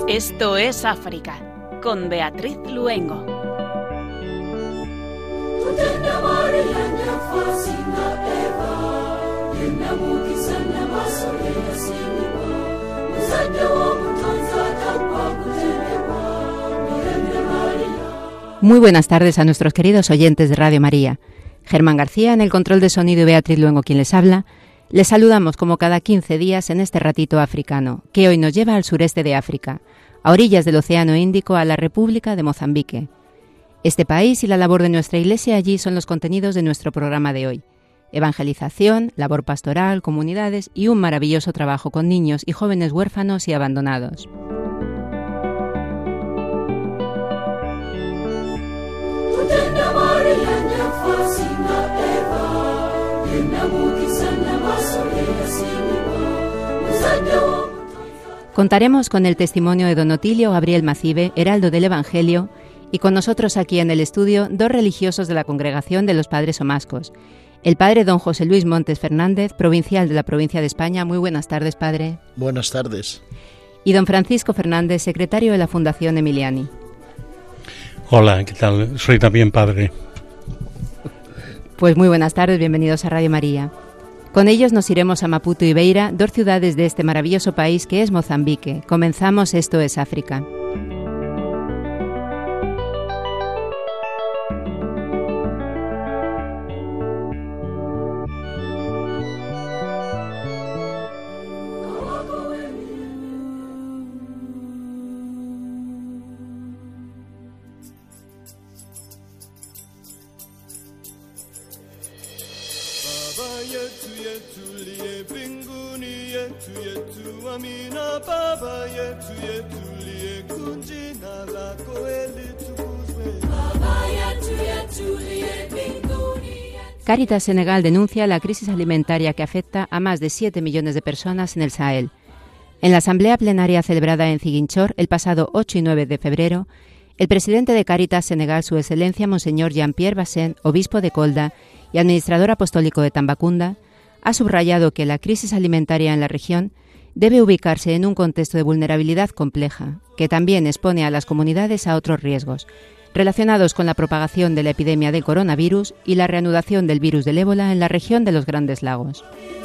Esto es África, con Beatriz Luengo. Muy buenas tardes a nuestros queridos oyentes de Radio María. Germán García en el control de sonido y Beatriz Luengo quien les habla. Les saludamos como cada 15 días en este ratito africano, que hoy nos lleva al sureste de África, a orillas del Océano Índico, a la República de Mozambique. Este país y la labor de nuestra Iglesia allí son los contenidos de nuestro programa de hoy. Evangelización, labor pastoral, comunidades y un maravilloso trabajo con niños y jóvenes huérfanos y abandonados. Contaremos con el testimonio de don Otilio Gabriel Macibe, heraldo del Evangelio, y con nosotros aquí en el estudio dos religiosos de la Congregación de los Padres Omascos. El padre don José Luis Montes Fernández, provincial de la provincia de España. Muy buenas tardes, padre. Buenas tardes. Y don Francisco Fernández, secretario de la Fundación Emiliani. Hola, ¿qué tal? Soy también padre. Pues muy buenas tardes, bienvenidos a Radio María. Con ellos nos iremos a Maputo y Beira, dos ciudades de este maravilloso país que es Mozambique. Comenzamos Esto es África. Cáritas Senegal denuncia la crisis alimentaria que afecta a más de 7 millones de personas en el Sahel. En la asamblea plenaria celebrada en Ziguinchor el pasado 8 y 9 de febrero, el presidente de Cáritas Senegal, su excelencia Monseñor Jean-Pierre Bassène, obispo de Kolda y administrador apostólico de Tambacounda, ha subrayado que la crisis alimentaria en la región debe ubicarse en un contexto de vulnerabilidad compleja, que también expone a las comunidades a otros riesgos, relacionados con la propagación de la epidemia del coronavirus y la reanudación del virus del ébola en la región de los Grandes Lagos.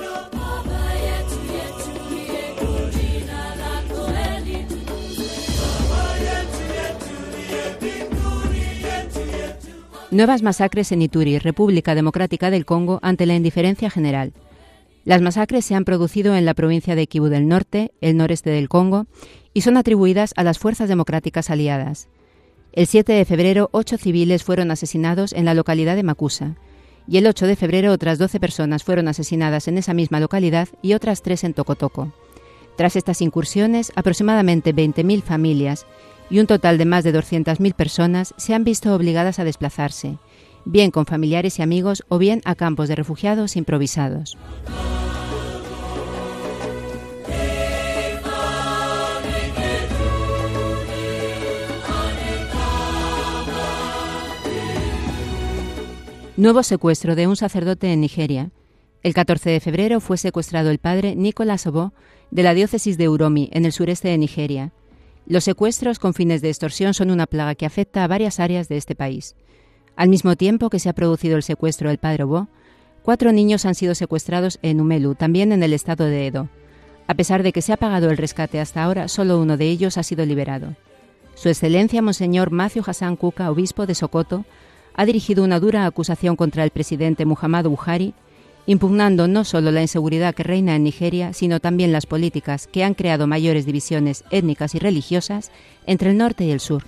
Nuevas masacres en Ituri, República Democrática del Congo, ante la indiferencia general. Las masacres se han producido en la provincia de Kivu del Norte, el noreste del Congo, y son atribuidas a las fuerzas democráticas aliadas. El 7 de febrero, 8 civiles fueron asesinados en la localidad de Makusa, y el 8 de febrero otras 12 personas fueron asesinadas en esa misma localidad y otras 3 en Tocotoco. Tras estas incursiones, aproximadamente 20.000 familias y un total de más de 200.000 personas se han visto obligadas a desplazarse, bien con familiares y amigos o bien a campos de refugiados improvisados. Nuevo secuestro de un sacerdote en Nigeria. El 14 de febrero fue secuestrado el padre Nicolas Obo de la diócesis de Uromi, en el sureste de Nigeria. Los secuestros con fines de extorsión son una plaga que afecta a varias áreas de este país. Al mismo tiempo que se ha producido el secuestro del padre Obo, 4 niños han sido secuestrados en Umelu, también en el estado de Edo. A pesar de que se ha pagado el rescate hasta ahora, solo uno de ellos ha sido liberado. Su excelencia Monseñor Matthew Hassan Kuka, obispo de Sokoto, ha dirigido una dura acusación contra el presidente Muhammadu Buhari, impugnando no solo la inseguridad que reina en Nigeria, sino también las políticas que han creado mayores divisiones étnicas y religiosas entre el norte y el sur.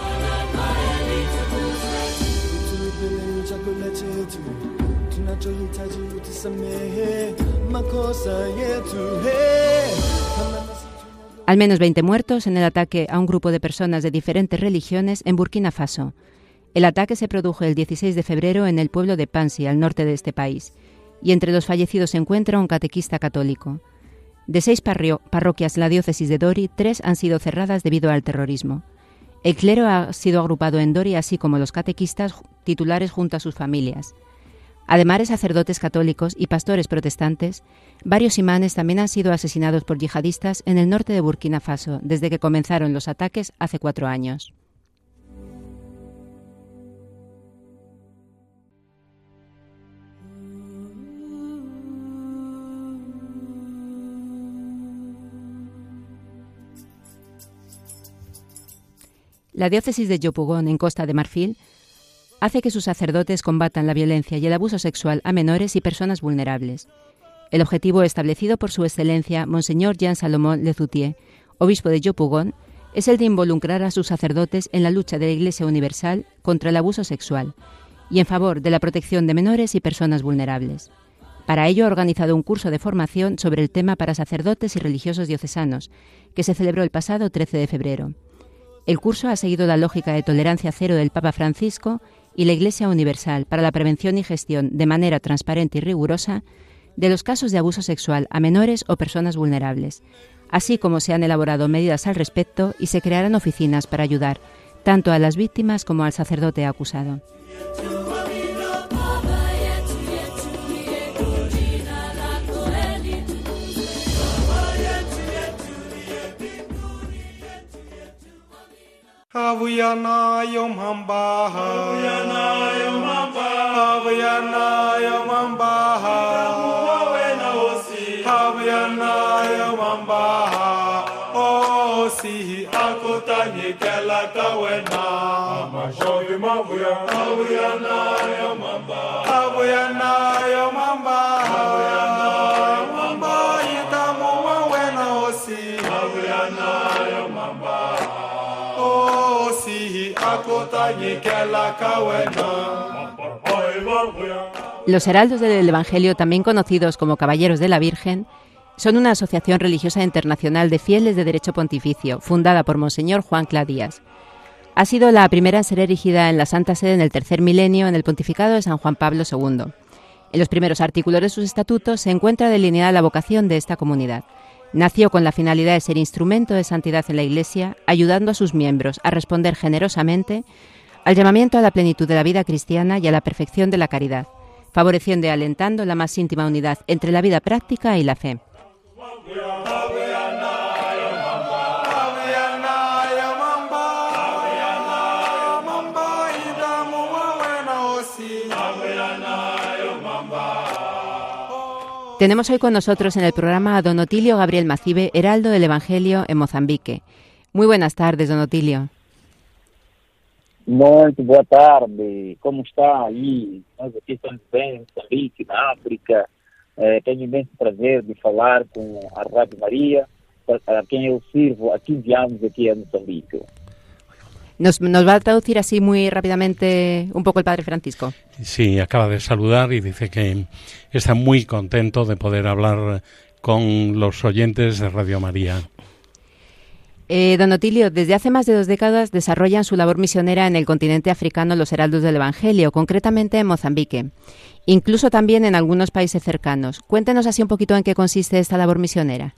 Al menos 20 muertos en el ataque a un grupo de personas de diferentes religiones en Burkina Faso. El ataque se produjo el 16 de febrero en el pueblo de Pansi, al norte de este país, y entre los fallecidos se encuentra un catequista católico. De 6 parroquias en la diócesis de Dori, 3 han sido cerradas debido al terrorismo. El clero ha sido agrupado en Dori, así como los catequistas titulares junto a sus familias. Además de sacerdotes católicos y pastores protestantes, varios imanes también han sido asesinados por yihadistas en el norte de Burkina Faso desde que comenzaron los ataques hace 4 años. La diócesis de Yopougon, en Costa de Marfil, hace que sus sacerdotes combatan la violencia y el abuso sexual a menores y personas vulnerables. El objetivo establecido por su excelencia, Monseñor Jean-Salomon Lezoutier, obispo de Yopougon, es el de involucrar a sus sacerdotes en la lucha de la Iglesia Universal contra el abuso sexual y en favor de la protección de menores y personas vulnerables. Para ello ha organizado un curso de formación sobre el tema para sacerdotes y religiosos diocesanos, que se celebró el pasado 13 de febrero. El curso ha seguido la lógica de tolerancia cero del Papa Francisco y la Iglesia Universal para la prevención y gestión de manera transparente y rigurosa de los casos de abuso sexual a menores o personas vulnerables, así como se han elaborado medidas al respecto y se crearán oficinas para ayudar tanto a las víctimas como al sacerdote acusado. Havuyana yom hamba, Havuyana yom hamba, Havuyana yom hamba, Havuyana yom hamba, oh si akutanye kela kawena, Mashovi mavuya, Havuyana yom hamba, Havuyana yom hamba, Havuyana yom hamba, itamu wawena osi, Havuyana yom hamba. Los Heraldos del Evangelio, también conocidos como Caballeros de la Virgen, son una asociación religiosa internacional de fieles de derecho pontificio, fundada por Monseñor Juan Cla Díaz. Ha sido la primera en ser erigida en la Santa Sede en el tercer milenio en el pontificado de San Juan Pablo II. En los primeros artículos de sus estatutos se encuentra delineada la vocación de esta comunidad. Nació con la finalidad de ser instrumento de santidad en la Iglesia, ayudando a sus miembros a responder generosamente al llamamiento a la plenitud de la vida cristiana y a la perfección de la caridad, favoreciendo y alentando la más íntima unidad entre la vida práctica y la fe. Tenemos hoy con nosotros en el programa a don Otilio Gabriel Macibe, heraldo del Evangelio en Mozambique. Muy buenas tardes, don Otilio. Muito boa tarde, como está aí? Nós aqui estamos bem em Moçambique, na África. Tenho imenso prazer de falar com a Rádio Maria, a quem eu sirvo há 15 anos aqui em Moçambique. ¿Nos va a traducir así muy rápidamente un poco el Padre Francisco? Sí, acaba de saludar y dice que está muy contento de poder hablar con los oyentes de Radio María. Don Otilio, desde hace más de 2 décadas desarrollan su labor misionera en el continente africano los Heraldos del Evangelio, concretamente en Mozambique, incluso también en algunos países cercanos. Cuéntenos así un poquito en qué consiste esta labor misionera.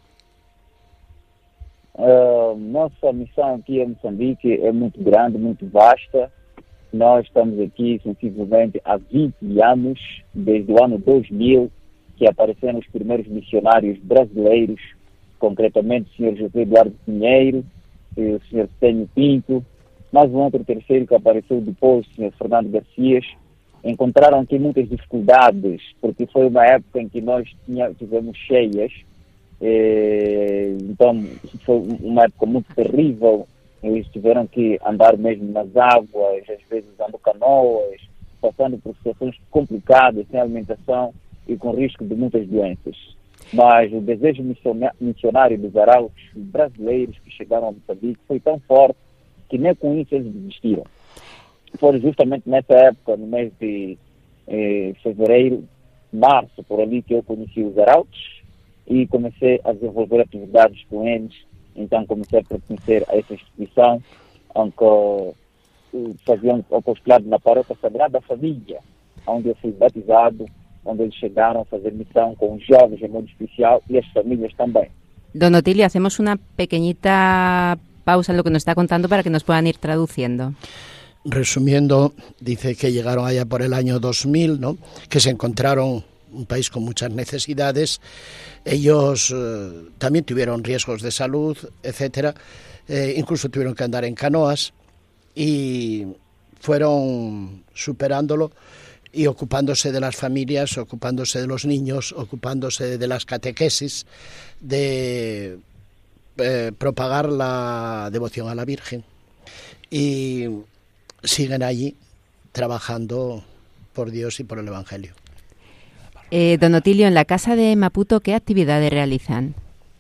Nossa missão aqui em Moçambique é muito grande, muito vasta. Nós estamos aqui sensivelmente há 20 anos, desde o ano 2000, que apareceram os primeiros missionários brasileiros, concretamente o Sr. José Eduardo Pinheiro, o Sr. Tenho Pinto, mais um outro terceiro que apareceu depois, o Sr. Fernando Garcias. Encontraram aqui muitas dificuldades, porque foi uma época em que nós tivemos cheias. Então foi uma época muito terrível. Eles tiveram que andar mesmo nas águas, às vezes usando canoas, passando por situações complicadas, sem alimentação e com risco de muitas doenças. Mas o desejo missionário dos arautos brasileiros que chegaram a Moçambique foi tão forte que nem com isso eles desistiram. Foi justamente nessa época, no mês de fevereiro, março, por ali, que eu conheci os arautos e comecei a desenvolver atividades com eles. Então comecei a pertencer a essa instituição, onde faziam o apostolado na Paróquia Sagrada Família, onde eu fui batizado, onde eles chegaram a fazer missão com os jovens em modo especial y las familias también. Don Otilio, hacemos una pequeñita pausa en lo que nos está contando para que nos puedan ir traduciendo. resumiendo, dice que llegaron allá por el año 2000, ¿no? Que se encontraron un país con muchas necesidades. Ellos también tuvieron riesgos de salud, etcétera. Incluso tuvieron que andar en canoas y fueron superándolo y ocupándose de las familias, ocupándose de los niños, ocupándose de las catequesis, de propagar la devoción a la Virgen. Y siguen allí trabajando por Dios y por el Evangelio. Don Otilio, en la Casa de Maputo, ¿qué actividades realizan?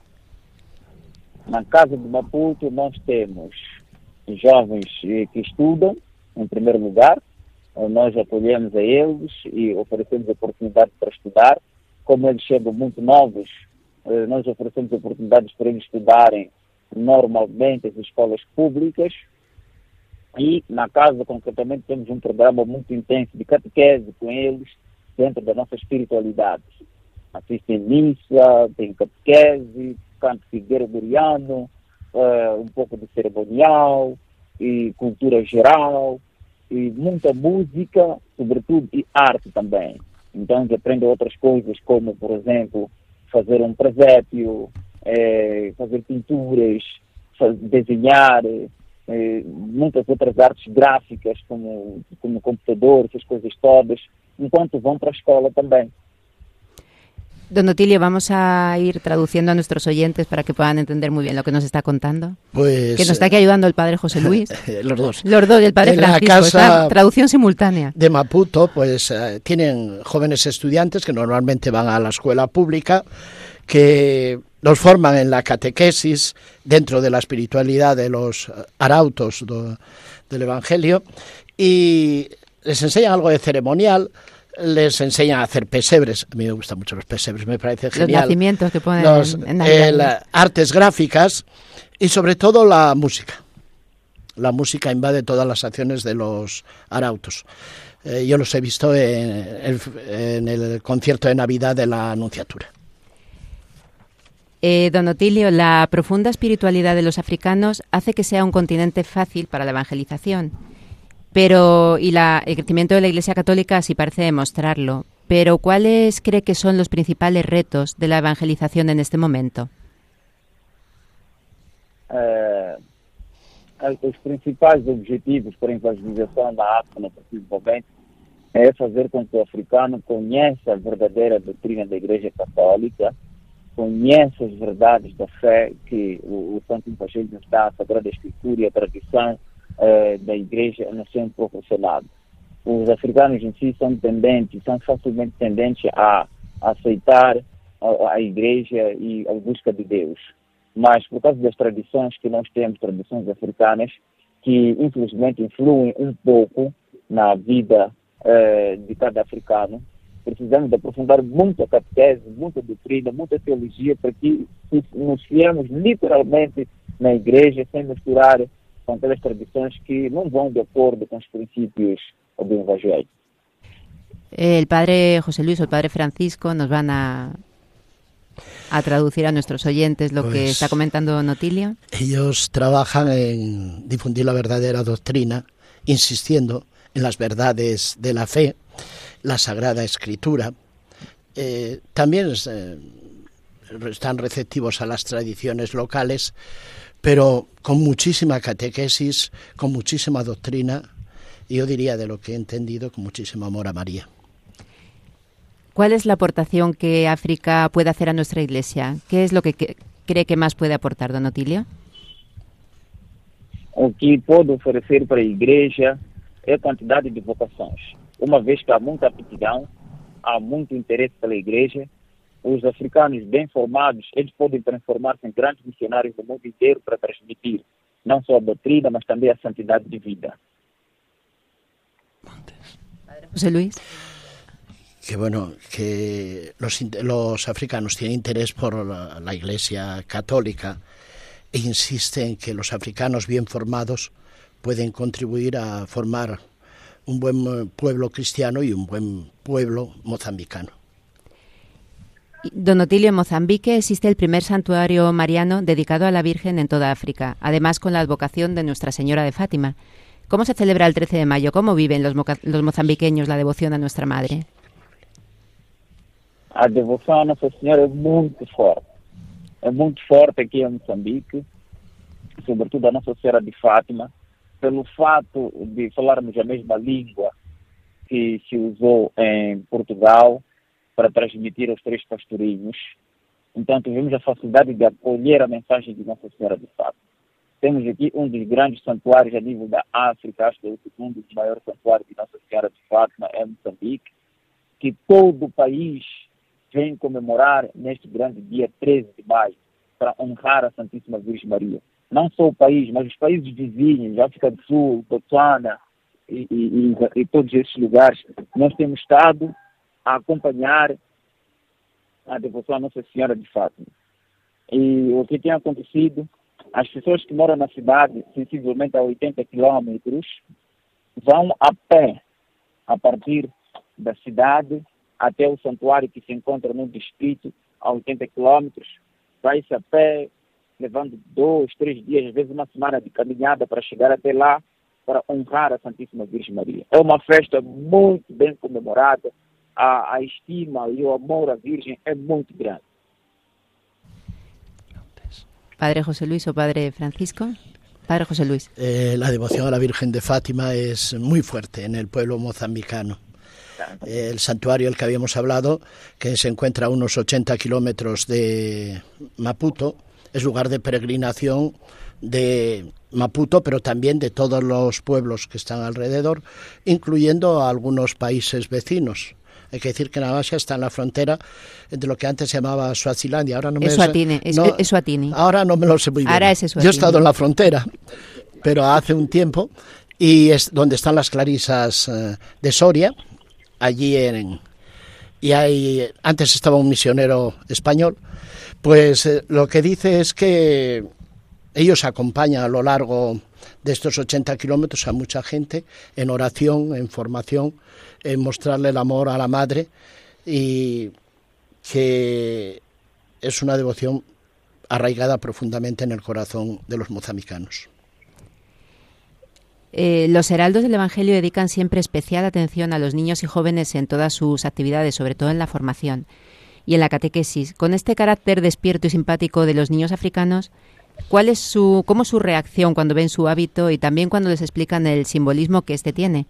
Na Casa de Maputo nós temos jovens que estudam, em primeiro lugar. Nós apoiamos a eles e oferecemos oportunidades para estudar. Como eles chegam muito novos, nós oferecemos oportunidades para eles estudarem normalmente as escolas públicas. E na casa, concretamente, temos um programa muito intenso de catequese com eles, dentro da nossa espiritualidade. Assistem missa, tem catequese, canto gregoriano, um pouco de cerimonial e cultura geral, e muita música, sobretudo, e arte também. Então, eles aprendem outras coisas, como, por exemplo, fazer um presépio, fazer pinturas, desenhar, muitas outras artes gráficas, como computador, essas coisas todas, enquanto vão para a escola también. Don Otilio, vamos a ir traduciendo a nuestros oyentes para que puedan entender muy bien lo que nos está contando. Pues, que nos está aquí ayudando el padre José Luis. Los dos. Los dos, y el padre en Francisco. La casa traducción simultánea. De Maputo, pues tienen jóvenes estudiantes que normalmente van a la escuela pública, que los forman en la catequesis dentro de la espiritualidad de los arautos del Evangelio y les enseñan algo de ceremonial, les enseñan a hacer pesebres. A mí me gustan mucho los pesebres, me parece genial. Los nacimientos que ponen en artes gráficas y sobre todo la música. La música invade todas las acciones de los arautos. Yo los he visto en el concierto de Navidad de la Anunciatura. Don Otilio, la profunda espiritualidad de los africanos hace que sea un continente fácil para la evangelización, pero el crecimiento de la Iglesia Católica así parece demostrarlo. Pero ¿cuáles cree que son los principales retos de la evangelización en este momento? Os principais objetivos para a evangelização da África no preciso momento é fazer com que o africano conheça a verdadeira doutrina da Igreja Católica, conheça as verdades da fé que o Santo Evangelho nos dá, a Sagrada Escritura e a tradição da Igreja nos são proporcionados. Os africanos em si são facilmente tendentes a aceitar a Igreja e a busca de Deus. Mas por causa das tradições que nós temos, tradições africanas, que infelizmente influem um pouco na vida de cada africano, precisamos de aprofundar muita catequese, muita doutrina, muita teologia, para que nos fiemos literalmente na igreja, sem misturar com aquelas tradições que não vão de acordo com os princípios do Evangelho. El padre José Luis o el padre Francisco nos van a traducir a nuestros oyentes lo que está comentando Don Otilio. Ellos trabajan en difundir la verdadera doctrina, insistiendo en las verdades de la fe, la Sagrada Escritura. También están receptivos a las tradiciones locales, pero con muchísima catequesis, con muchísima doctrina, y yo diría, de lo que he entendido, con muchísimo amor a María. ¿Cuál es la aportación que África puede hacer a nuestra Iglesia? ¿Qué es lo que cree que más puede aportar, Don Otilio? O que pode oferecer para a Igreja é a quantidade de vocações. Uma vez que há muita aptidão, há muito interesse pela Igreja, os africanos bem formados, eles podem transformar-se em grandes missionários do mundo inteiro para transmitir não só a doutrina, mas também a santidade de vida. José Luis. Que bueno, que los africanos tienen interés por la Iglesia Católica e insisten que los africanos bien formados pueden contribuir a formar un buen pueblo cristiano y un buen pueblo mozambicano. Don Otilio, en Mozambique existe el primer santuario mariano dedicado a la Virgen en toda África, además con la advocación de Nuestra Señora de Fátima. ¿Cómo se celebra el 13 de mayo? ¿Cómo viven los mozambiqueños la devoción a nuestra Madre? A devoção a Nossa Senhora é muito forte. É muito forte aqui em Moçambique, sobretudo a Nossa Senhora de Fátima, pelo fato de falarmos a mesma língua que se usou em Portugal para transmitir aos 3 pastorinhos. Então, tivemos a facilidade de acolher a mensagem de Nossa Senhora de Fátima. Temos aqui um dos grandes santuários a nível da África, acho que é o segundo maior santuário de Nossa Senhora de Fátima, é Moçambique, que todo o país vem comemorar neste grande dia 13 de maio, para honrar a Santíssima Virgem Maria. Não só o país, mas os países vizinhos, África do Sul, Botsuana e todos esses lugares, nós temos estado a acompanhar a devoção à Nossa Senhora de Fátima. E o que tem acontecido, as pessoas que moram na cidade, sensivelmente a 80 quilômetros, vão a pé, a partir da cidade, até o santuário que se encontra no distrito, a 80 quilômetros, vai-se a pé, levando 2, 3 dias, às vezes uma semana de caminhada para chegar até lá, para honrar a Santíssima Virgem Maria. É uma festa muito bem comemorada, a estima e o amor à Virgem é muito grande. Padre José Luis o Padre Francisco. Padre José Luis. La devoción a la Virgen de Fátima es muy fuerte en el pueblo mozambicano. El santuario del que habíamos hablado, que se encuentra a unos 80 kilómetros de Maputo, es lugar de peregrinación de Maputo, pero también de todos los pueblos que están alrededor, incluyendo a algunos países vecinos. Hay que decir que Navaja está en la frontera entre lo que antes se llamaba Suazilandia. Ahora no me Eswatini. Ahora no me lo sé muy bien. Ahora es Eswatini. Yo he estado en la frontera, pero hace un tiempo, y es donde están las clarisas de Soria. Allí antes estaba un misionero español, pues lo que dice es que ellos acompañan a lo largo de estos 80 kilómetros a mucha gente en oración, en formación, en mostrarle el amor a la Madre, y que es una devoción arraigada profundamente en el corazón de los mozambicanos. Los heraldos del Evangelio dedican siempre especial atención a los niños y jóvenes en todas sus actividades, sobre todo en la formación y en la catequesis. Con este carácter despierto y simpático de los niños africanos, ¿cómo es su reacción cuando ven su hábito y también cuando les explican el simbolismo que este tiene?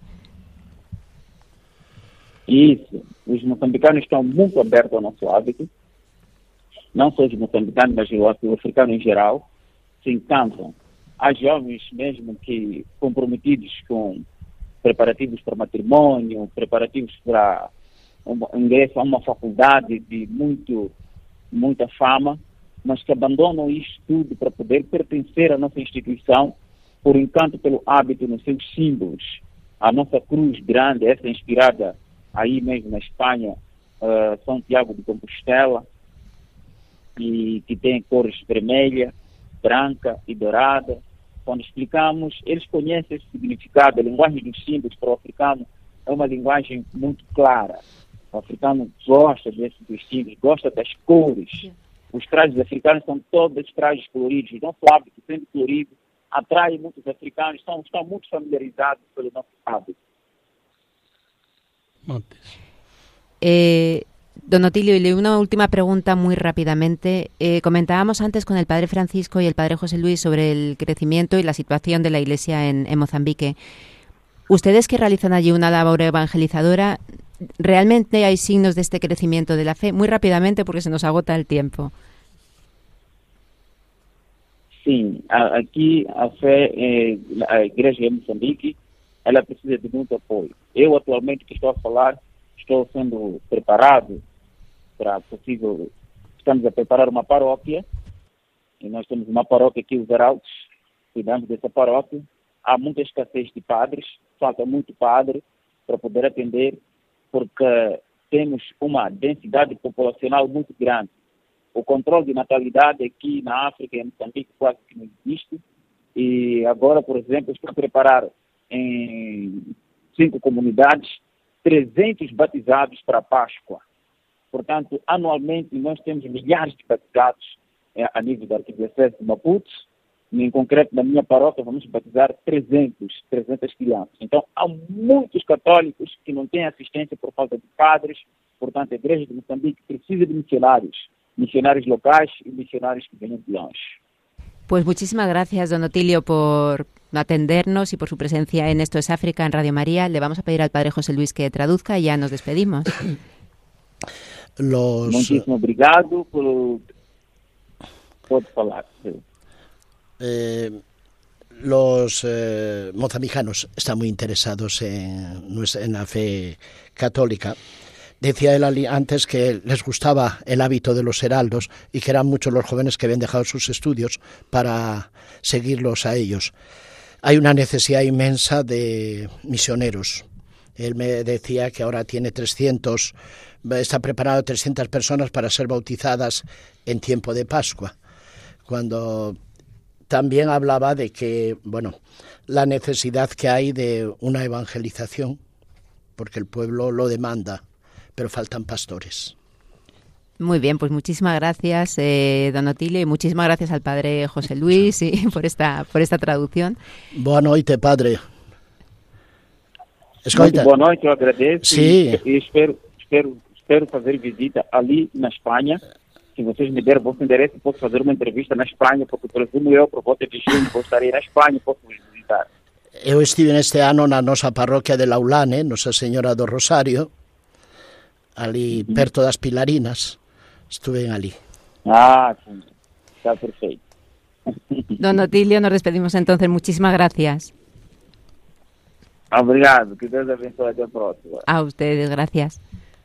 Isso. Os moçambicanos estão muito abertos ao nosso hábito. Não só os moçambicanos, mas o africano em geral se encantam. Há jovens mesmo que comprometidos com preparativos para matrimônio, preparativos para ingresso a uma faculdade de muita fama, mas que abandonam isto tudo para poder pertencer à nossa instituição por encanto pelo hábito nos seus símbolos. A nossa cruz grande, essa inspirada aí mesmo na Espanha, São Tiago de Compostela, e que tem cores vermelha, branca e dourada. Quando explicamos, eles conhecem esse significado. A linguagem dos símbolos para o africano é uma linguagem muito clara. O africano gosta desses símbolos, gosta das cores. Os trajes africanos são todos trajes coloridos. O nosso hábito, sendo colorido, atrai muitos africanos, estão muito familiarizados pelo nosso hábito. Don Otilio, y una última pregunta muy rápidamente. Comentábamos antes con el Padre Francisco y el Padre José Luis sobre el crecimiento y la situación de la Iglesia en Mozambique. Ustedes que realizan allí una labor evangelizadora, ¿realmente hay signos de este crecimiento de la fe? Muy rápidamente, porque se nos agota el tiempo. Sim, aqui a fé, a Igreja em Moçambique, ela precisa de muito apoio. Eu, atualmente, que estou a falar, estou sendo preparado para possível. Estamos a preparar uma paróquia, e nós temos uma paróquia aqui, os Arautos, cuidamos dessa paróquia. Há muita escassez de padres, falta muito padre para poder atender, porque temos uma densidade populacional muito grande. O controle de natalidade aqui na África e em Moçambique quase que não existe. E agora, por exemplo, estou a preparar em 5 comunidades 300 batizados para a Páscoa. Portanto, anualmente nós temos milhares de batizados a nível da Arquidiocese de Maputo, em concreto, na minha paróquia, vamos batizar 300 crianças. Então, há muitos católicos que não têm assistência por falta de padres. Portanto, a Igreja de Moçambique precisa de missionários locais y missionários que vienen de longe. Pues muchísimas gracias, don Otilio, por atendernos y por su presencia en Esto es África, en Radio María. Le vamos a pedir al Padre José Luis que traduzca y ya nos despedimos. Muchísimo obrigado por falar. Los mozambicanos están muy interesados en la fe católica. Decía él antes que les gustaba el hábito de los heraldos y que eran muchos los jóvenes que habían dejado sus estudios para seguirlos a ellos. Hay una necesidad inmensa de misioneros. Él me decía que ahora tiene 300, está preparado 300 personas para ser bautizadas en tiempo de Pascua. Cuando también hablaba de que, la necesidad que hay de una evangelización, porque el pueblo lo demanda, pero faltan pastores. Muy bien, pues muchísimas gracias, don Otilio, y muchísimas gracias al Padre José Luis por esta traducción. Boa noite, Padre. Escuta. Boa noite, eu agradeço. Sí. E espero fazer visita ali na Espanha. Se vocês me derem o vosso endereço, posso fazer uma entrevista na Espanha, porque presumo eu, por volta de junho, vou estar aí na Espanha, posso vos visitar. Eu estive este ano na nosa parroquia de Laulane, Nosa Señora do Rosario, ali perto das Pilarinas, estuve ali. Sim, está perfeito. Don Otilio, nos despedimos entonces. Muchísimas gracias. Obrigado, que Deus abençoe, até a próxima. A ustedes, gracias.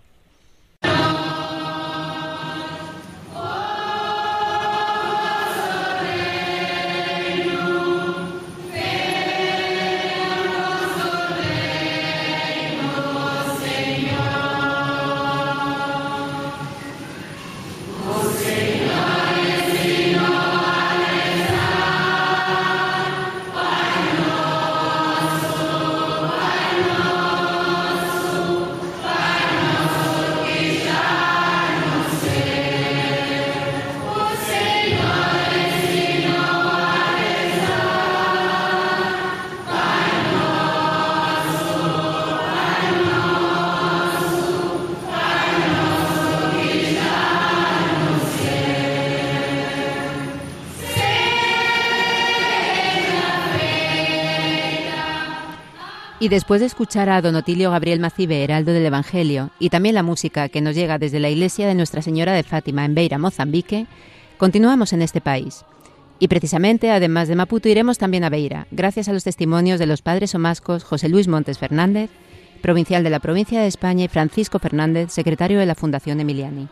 Y después de escuchar a don Otilio Gabriel Macibe, heraldo del Evangelio, y también la música que nos llega desde la iglesia de Nuestra Señora de Fátima en Beira, Mozambique, continuamos en este país. Y precisamente, además de Maputo, iremos también a Beira, gracias a los testimonios de los padres omascos José Luis Montes Fernández, provincial de la provincia de España, y Francisco Fernández, secretario de la Fundación Emiliani.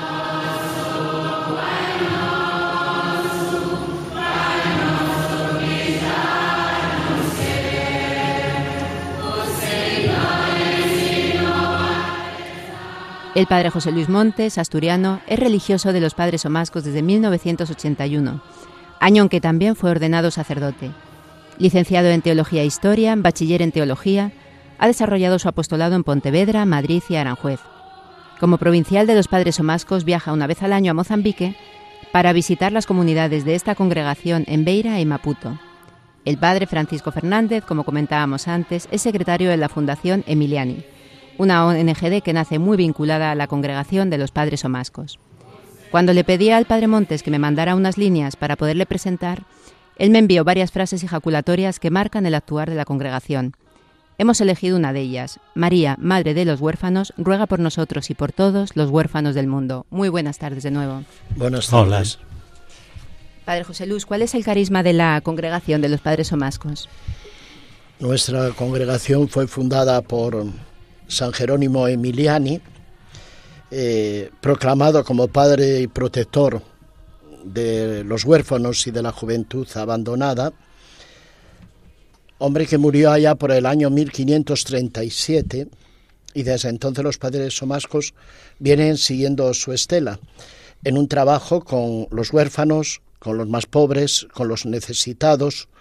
El padre José Luis Montes, asturiano, es religioso de los padres omascos desde 1981, año en que también fue ordenado sacerdote. Licenciado en Teología e Historia, bachiller en Teología, ha desarrollado su apostolado en Pontevedra, Madrid y Aranjuez. Como provincial de los padres omascos, viaja una vez al año a Mozambique para visitar las comunidades de esta congregación en Beira y Maputo. El padre Francisco Fernández, como comentábamos antes, es secretario de la Fundación Emiliani, una ONG que nace muy vinculada a la congregación de los padres omascos. Cuando le pedí al padre Montes que me mandara unas líneas para poderle presentar, él me envió varias frases ejaculatorias que marcan el actuar de la congregación. Hemos elegido una de ellas. María, Madre de los Huérfanos, ruega por nosotros y por todos los huérfanos del mundo. Muy buenas tardes de nuevo. Buenas tardes. Hola. Padre José Luis, ¿cuál es el carisma de la congregación de los padres omascos? Nuestra congregación fue fundada por San Jerónimo Emiliani, proclamado como padre y protector de los huérfanos y de la juventud abandonada, hombre que murió allá por el año 1537, y desde entonces los padres omascos vienen siguiendo su estela en un trabajo con los huérfanos, con los más pobres, con los necesitados.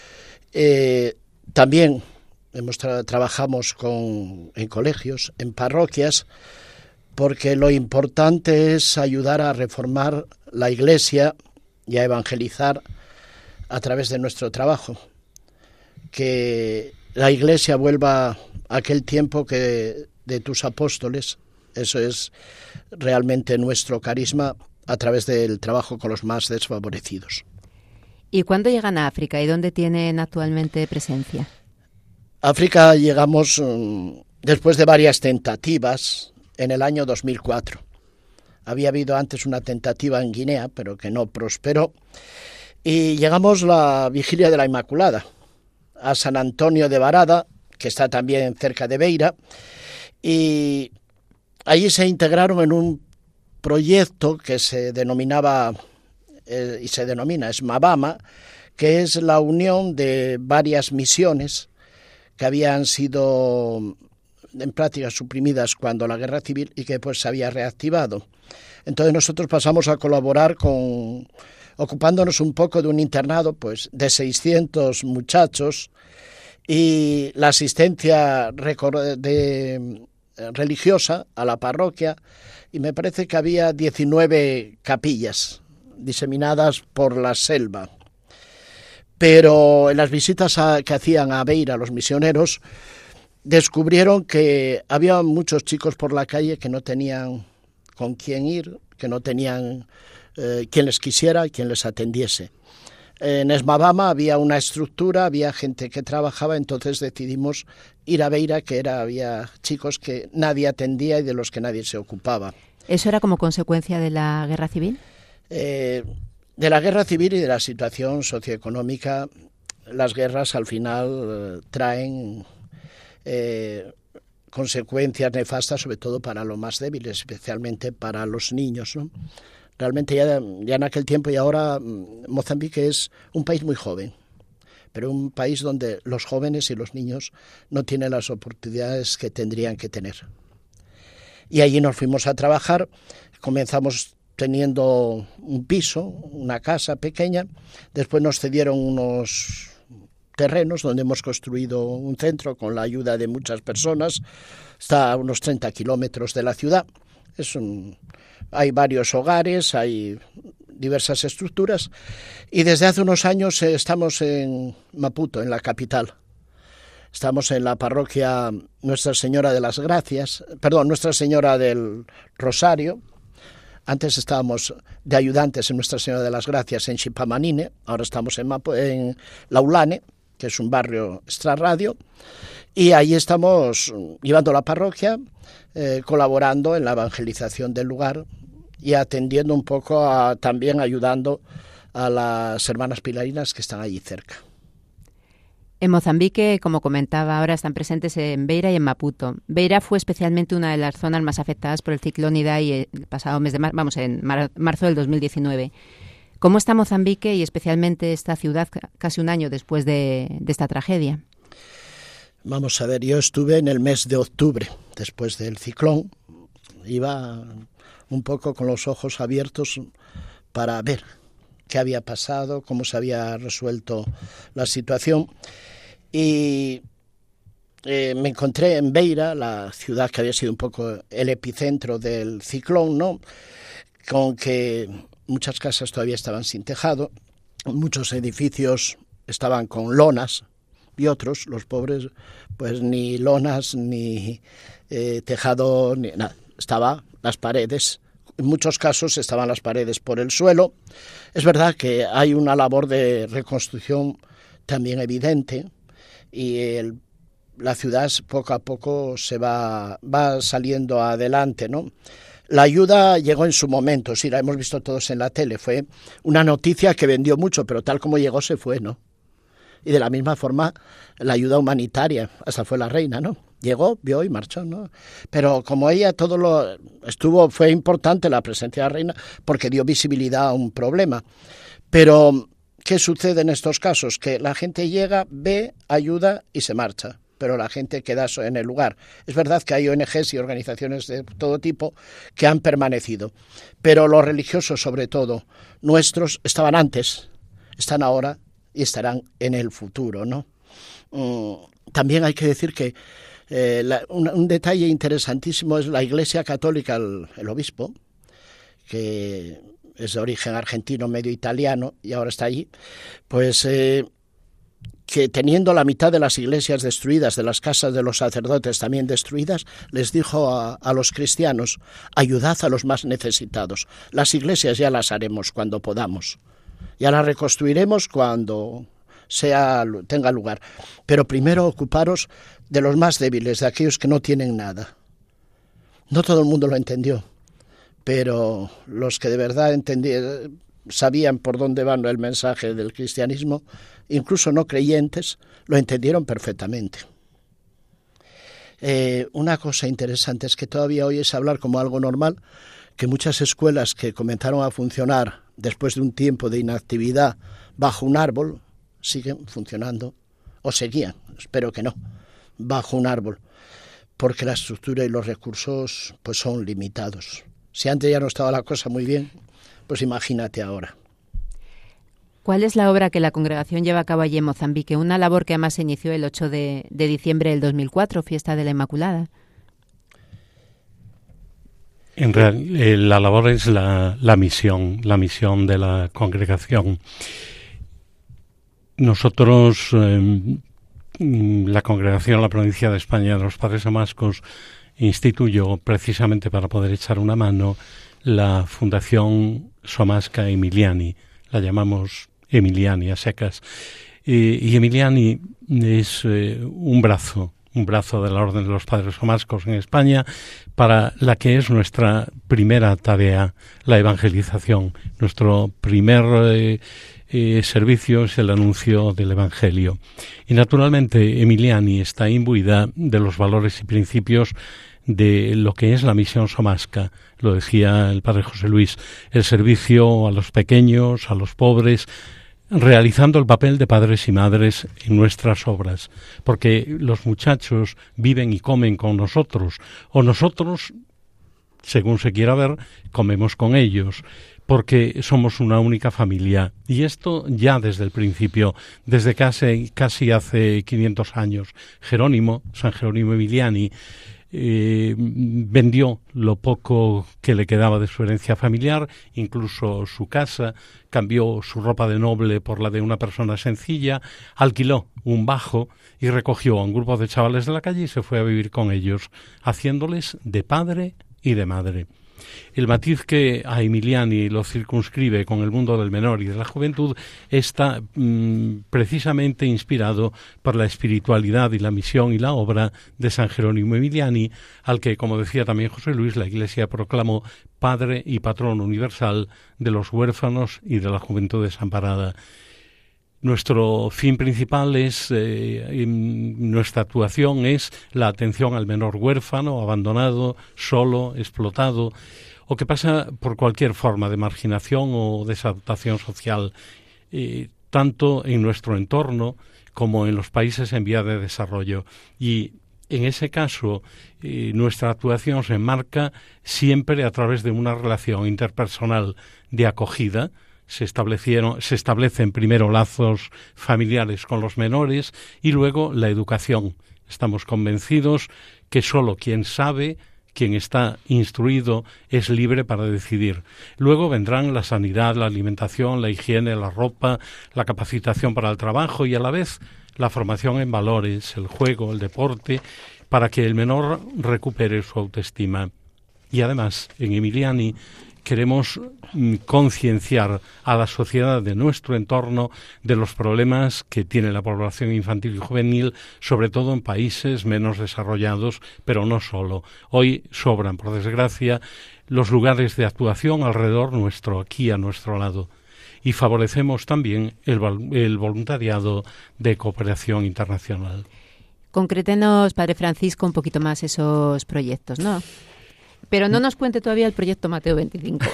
También trabajamos en colegios, en parroquias, porque lo importante es ayudar a reformar la Iglesia y a evangelizar a través de nuestro trabajo, que la Iglesia vuelva a aquel tiempo que de tus apóstoles. Eso es realmente nuestro carisma a través del trabajo con los más desfavorecidos. ¿Y cuándo llegan a África y dónde tienen actualmente presencia? África llegamos después de varias tentativas en el año 2004. Había habido antes una tentativa en Guinea, pero que no prosperó. Y llegamos la vigilia de la Inmaculada a San Antonio de Barada, que está también cerca de Beira, y allí se integraron en un proyecto que se denominaba y se denomina Esmabama, que es la unión de varias misiones que habían sido en práctica suprimidas cuando la guerra civil y que pues se había reactivado. Entonces nosotros pasamos a colaborar ocupándonos un poco de un internado pues de 600 muchachos y la asistencia religiosa a la parroquia, y me parece que había 19 capillas diseminadas por la selva. Pero en las visitas que hacían a Beira los misioneros, descubrieron que había muchos chicos por la calle que no tenían con quién ir, que no tenían quien les quisiera, quien les atendiese. En Esmabama había una estructura, había gente que trabajaba, entonces decidimos ir a Beira, había chicos que nadie atendía y de los que nadie se ocupaba. ¿Eso era como consecuencia de la guerra civil? De la guerra civil y de la situación socioeconómica. Las guerras al final traen consecuencias nefastas, sobre todo para los más débiles, especialmente para los niños, ¿no? Realmente ya en aquel tiempo y ahora Mozambique es un país muy joven, pero un país donde los jóvenes y los niños no tienen las oportunidades que tendrían que tener. Y allí nos fuimos a trabajar, comenzamos teniendo un piso, una casa pequeña, después nos cedieron unos terrenos donde hemos construido un centro con la ayuda de muchas personas, está a unos 30 kilómetros de la ciudad. Hay varios hogares, hay diversas estructuras y desde hace unos años estamos en Maputo, en la capital. Estamos en la parroquia Nuestra Señora del Rosario. Antes estábamos de ayudantes en Nuestra Señora de las Gracias en Chipamanine, ahora estamos en Laulane, que es un barrio extrarradio, y ahí estamos llevando la parroquia, colaborando en la evangelización del lugar y atendiendo un poco, también ayudando a las hermanas pilarinas que están allí cerca. En Mozambique, como comentaba ahora, están presentes en Beira y en Maputo. Beira fue especialmente una de las zonas más afectadas por el ciclón Idai el pasado mes de marzo del 2019. ¿Cómo está Mozambique y especialmente esta ciudad casi un año después de esta tragedia? Vamos a ver, yo estuve en el mes de octubre, después del ciclón. Iba un poco con los ojos abiertos para ver qué había pasado, cómo se había resuelto la situación. Y me encontré en Beira, la ciudad que había sido un poco el epicentro del ciclón, ¿no? Con que muchas casas todavía estaban sin tejado, muchos edificios estaban con lonas y otros, los pobres, pues ni lonas, ni tejado, ni nada. Estaban las paredes. En muchos casos estaban las paredes por el suelo. Es verdad que hay una labor de reconstrucción también evidente y la ciudad poco a poco se va saliendo adelante, ¿no? La ayuda llegó en su momento, sí, la hemos visto todos en la tele. Fue una noticia que vendió mucho, pero tal como llegó se fue, ¿no? Y de la misma forma la ayuda humanitaria, hasta fue la reina, ¿no? Llegó, vio y marchó, ¿no? Pero como ella fue importante la presencia de la reina porque dio visibilidad a un problema. Pero, ¿qué sucede en estos casos? Que la gente llega, ve, ayuda y se marcha, pero la gente queda en el lugar. Es verdad que hay ONGs y organizaciones de todo tipo que han permanecido, pero los religiosos, sobre todo nuestros, estaban antes, están ahora y estarán en el futuro, ¿no? También hay que decir que un detalle interesantísimo es la Iglesia Católica, el obispo, que es de origen argentino, medio italiano, y ahora está allí, pues que teniendo la mitad de las iglesias destruidas, de las casas de los sacerdotes también destruidas, les dijo a los cristianos: ayudad a los más necesitados. Las iglesias ya las haremos cuando podamos, ya las reconstruiremos cuando tenga lugar, pero primero ocuparos de los más débiles, de aquellos que no tienen nada. No todo el mundo lo entendió, pero los que de verdad sabían por dónde va el mensaje del cristianismo, incluso no creyentes, lo entendieron perfectamente. Una cosa interesante es que todavía oyes hablar como algo normal, que muchas escuelas que comenzaron a funcionar después de un tiempo de inactividad bajo un árbol, siguen funcionando, o seguían, espero que no, bajo un árbol, porque la estructura y los recursos pues son limitados. Si antes ya no estaba la cosa muy bien, pues imagínate ahora. ¿Cuál es la obra que la congregación lleva a cabo allí en Mozambique? Una labor que además se inició el 8 de diciembre del 2004, fiesta de la Inmaculada. En realidad, la labor es la misión de la congregación. Nosotros, la congregación, la provincia de España de los Padres Damascos, instituyó precisamente para poder echar una mano la Fundación Somasca Emiliani, la llamamos Emiliani a secas, y Emiliani es un brazo de la Orden de los Padres Damascos en España, para la que es nuestra primera tarea, la evangelización. Nuestro primer servicio es el anuncio del Evangelio. Y naturalmente Emiliani está imbuida de los valores y principios de lo que es la misión somasca. Lo decía el padre José Luis, el servicio a los pequeños, a los pobres, realizando el papel de padres y madres en nuestras obras, porque los muchachos viven y comen con nosotros, o nosotros, según se quiera ver, comemos con ellos, porque somos una única familia. Y esto ya desde el principio, desde casi hace 500 años, San Jerónimo Emiliani, vendió lo poco que le quedaba de su herencia familiar, incluso su casa, cambió su ropa de noble por la de una persona sencilla, alquiló un bajo y recogió a un grupo de chavales de la calle y se fue a vivir con ellos, haciéndoles de padre y de madre. El matiz que a Emiliani lo circunscribe con el mundo del menor y de la juventud está precisamente inspirado por la espiritualidad y la misión y la obra de San Jerónimo Emiliani, al que, como decía también José Luis, la Iglesia proclamó padre y patrón universal de los huérfanos y de la juventud desamparada. Nuestro fin principal es, nuestra actuación es la atención al menor huérfano, abandonado, solo, explotado, o que pasa por cualquier forma de marginación o desadaptación social, tanto en nuestro entorno como en los países en vía de desarrollo. Y en ese caso, nuestra actuación se enmarca siempre a través de una relación interpersonal de acogida. Se establecen primero lazos familiares con los menores y luego la educación. Estamos convencidos que solo quien sabe, quien está instruido, es libre para decidir. Luego vendrán la sanidad, la alimentación, la higiene, la ropa, la capacitación para el trabajo y a la vez la formación en valores, el juego, el deporte, para que el menor recupere su autoestima. Y además, en Emiliani, queremos concienciar a la sociedad de nuestro entorno de los problemas que tiene la población infantil y juvenil, sobre todo en países menos desarrollados, pero no solo. Hoy sobran, por desgracia, los lugares de actuación alrededor nuestro, aquí a nuestro lado. Y favorecemos también el voluntariado de cooperación internacional. Concrétenos, Padre Francisco, un poquito más esos proyectos, ¿no? Pero no nos cuente todavía el proyecto Mateo 25.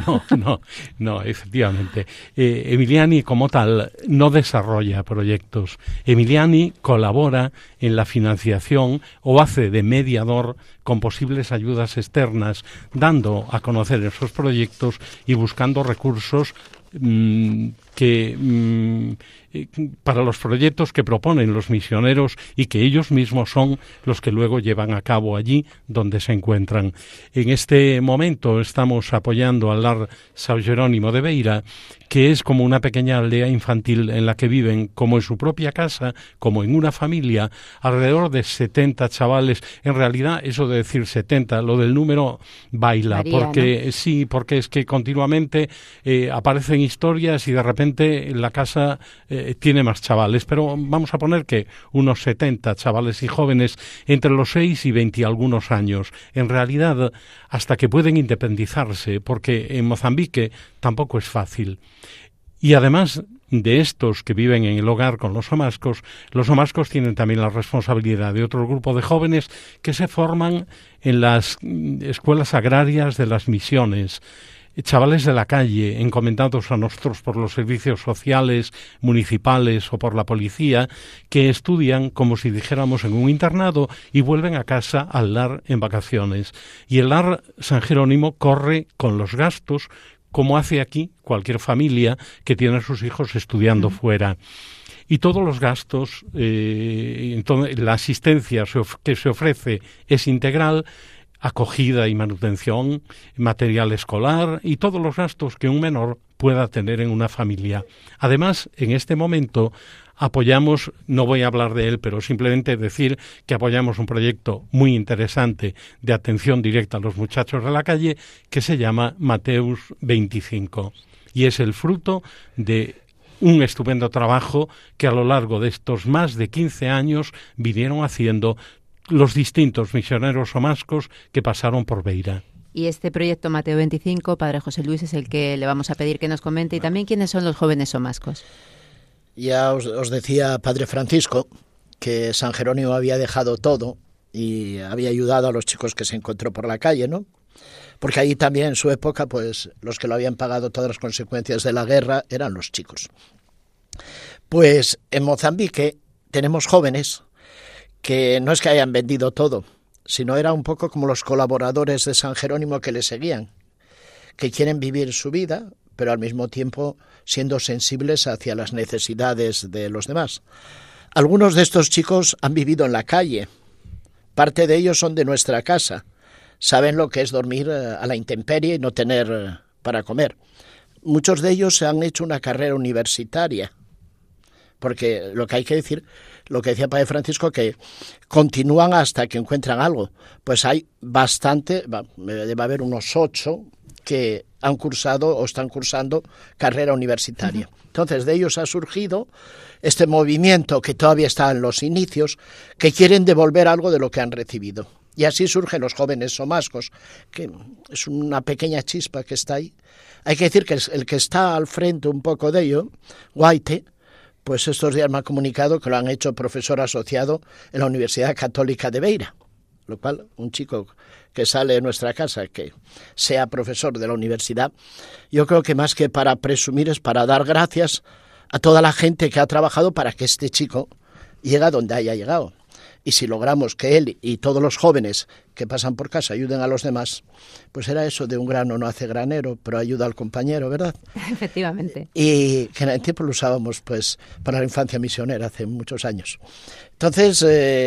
No, efectivamente. Emiliani, como tal, no desarrolla proyectos. Emiliani colabora en la financiación o hace de mediador con posibles ayudas externas, dando a conocer esos proyectos y buscando recursos para los proyectos que proponen los misioneros y que ellos mismos son los que luego llevan a cabo allí donde se encuentran. En este momento estamos apoyando al Lar São Jerónimo de Beira, que es como una pequeña aldea infantil en la que viven, como en su propia casa, como en una familia, alrededor de 70 chavales. En realidad, eso de decir 70, lo del número baila, María, porque ¿no? sí, porque es que continuamente aparecen historias y de repente la casa tiene más chavales, pero vamos a poner que unos 70 chavales y jóvenes entre los 6 y 20 y algunos años, en realidad hasta que pueden independizarse, porque en Mozambique tampoco es fácil. Y además de estos que viven en el hogar con los omascos tienen también la responsabilidad de otro grupo de jóvenes que se forman en las escuelas agrarias de las misiones, chavales de la calle, encomendados a nosotros por los servicios sociales, municipales o por la policía, que estudian como si dijéramos en un internado y vuelven a casa al lar en vacaciones. Y el Lar San Jerónimo corre con los gastos, como hace aquí cualquier familia que tiene a sus hijos estudiando fuera. Y todos los gastos, entonces, la asistencia que se ofrece es integral, acogida y manutención, material escolar y todos los gastos que un menor pueda tener en una familia. Además, en este momento apoyamos, no voy a hablar de él, pero simplemente decir que apoyamos un proyecto muy interesante de atención directa a los muchachos de la calle que se llama Mateus 25 y es el fruto de un estupendo trabajo que a lo largo de estos más de 15 años vinieron haciendo los distintos misioneros omascos que pasaron por Beira. Y este proyecto Mateo 25, Padre José Luis, es el que le vamos a pedir que nos comente, y también quiénes son los jóvenes omascos. Ya os decía Padre Francisco que San Jerónimo había dejado todo y había ayudado a los chicos que se encontró por la calle, ¿no? Porque ahí también en su época, pues los que lo habían pagado todas las consecuencias de la guerra eran los chicos. Pues en Mozambique tenemos jóvenes que no es que hayan vendido todo, sino era un poco como los colaboradores de San Jerónimo que le seguían, que quieren vivir su vida, pero al mismo tiempo siendo sensibles hacia las necesidades de los demás. Algunos de estos chicos han vivido en la calle, parte de ellos son de nuestra casa, saben lo que es dormir a la intemperie y no tener para comer. Muchos de ellos se han hecho una carrera universitaria, porque lo que hay que decir, lo que decía Padre Francisco, que continúan hasta que encuentran algo. Pues hay bastante, debe haber unos 8 que han cursado o están cursando carrera universitaria. Entonces de ellos ha surgido este movimiento que todavía está en los inicios, que quieren devolver algo de lo que han recibido. Y así surgen los jóvenes omascos, que es una pequeña chispa que está ahí. Hay que decir que el que está al frente un poco de ello, Guaite, pues estos días me ha comunicado que lo han hecho profesor asociado en la Universidad Católica de Beira, lo cual un chico que sale de nuestra casa, que sea profesor de la universidad, yo creo que más que para presumir es para dar gracias a toda la gente que ha trabajado para que este chico llegue a donde haya llegado. Y si logramos que él y todos los jóvenes que pasan por casa ayuden a los demás, pues era eso de un grano no hace granero, pero ayuda al compañero, ¿verdad? Efectivamente. Y que en el tiempo lo usábamos pues para la infancia misionera hace muchos años. Entonces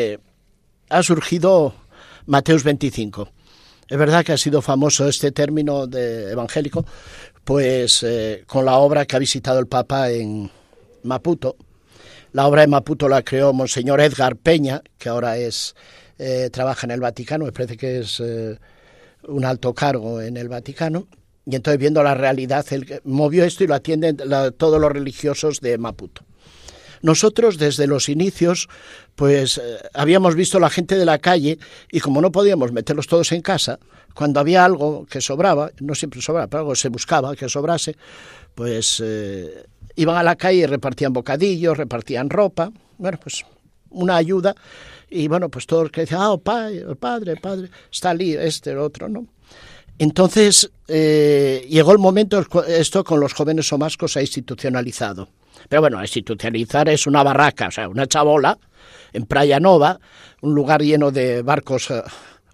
ha surgido Mateus 25. Es verdad que ha sido famoso este término de evangélico, pues con la obra que ha visitado el Papa en Maputo. La obra de Maputo la creó Monseñor Edgar Peña, que ahora trabaja en el Vaticano, me parece que es un alto cargo en el Vaticano, y entonces viendo la realidad, él movió esto y lo atienden todos los religiosos de Maputo. Nosotros desde los inicios pues habíamos visto la gente de la calle y como no podíamos meterlos todos en casa, cuando había algo que sobraba, no siempre sobraba, pero algo se buscaba que sobrase, pues iban a la calle y repartían bocadillos, repartían ropa, bueno, pues una ayuda, y bueno, pues todos que decían, padre, está allí, el otro, ¿no? Entonces llegó el momento, esto con los jóvenes omascos se ha institucionalizado. Pero bueno, institucionalizar es una barraca, o sea, una chabola en Praia Nova, un lugar lleno de barcos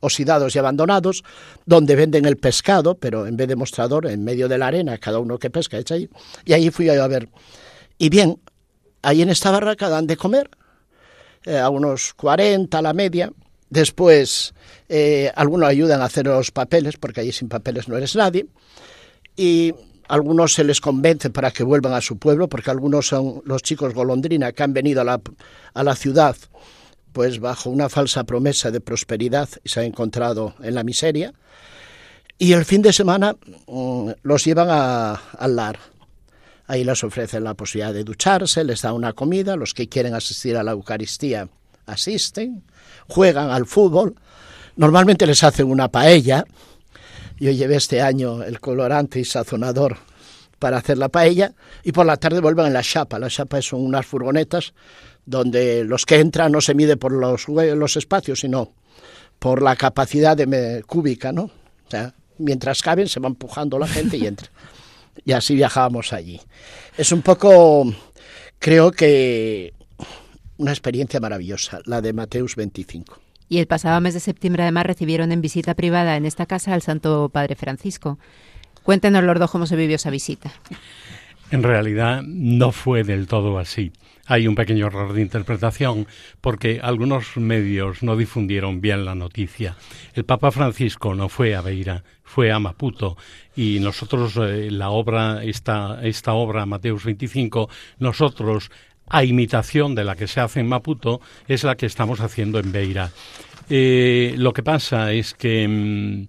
oxidados y abandonados, donde venden el pescado, pero en vez de mostrador, en medio de la arena, cada uno que pesca, echa ahí. Y ahí fui a ver. Y bien, ahí en esta barraca dan de comer, a unos 40 a la media. Después, algunos ayudan a hacer los papeles, porque allí sin papeles no eres nadie. Y algunos se les convence para que vuelvan a su pueblo, porque algunos son los chicos golondrina que han venido a la ciudad pues bajo una falsa promesa de prosperidad y se han encontrado en la miseria. Y el fin de semana los llevan al lar. Ahí les ofrecen la posibilidad de ducharse, les dan una comida, los que quieren asistir a la Eucaristía asisten, juegan al fútbol, normalmente les hacen una paella. Yo llevé este año el colorante y sazonador para hacer la paella y por la tarde vuelven en la chapa. La chapa son unas furgonetas donde los que entran no se mide por los espacios, sino por la capacidad cúbica, ¿no? O sea, mientras caben se va empujando la gente y entra. Y así viajábamos allí. Es un poco, creo que, una experiencia maravillosa, la de Mateus 25. Y el pasado mes de septiembre, además, recibieron en visita privada en esta casa al Santo Padre Francisco. Cuéntenos los dos cómo se vivió esa visita. En realidad no fue del todo así. Hay un pequeño error de interpretación porque algunos medios no difundieron bien la noticia. El Papa Francisco no fue a Beira, fue a Maputo y nosotros esta obra Mateus 25, nosotros a imitación de la que se hace en Maputo es la que estamos haciendo en Beira. Lo que pasa es que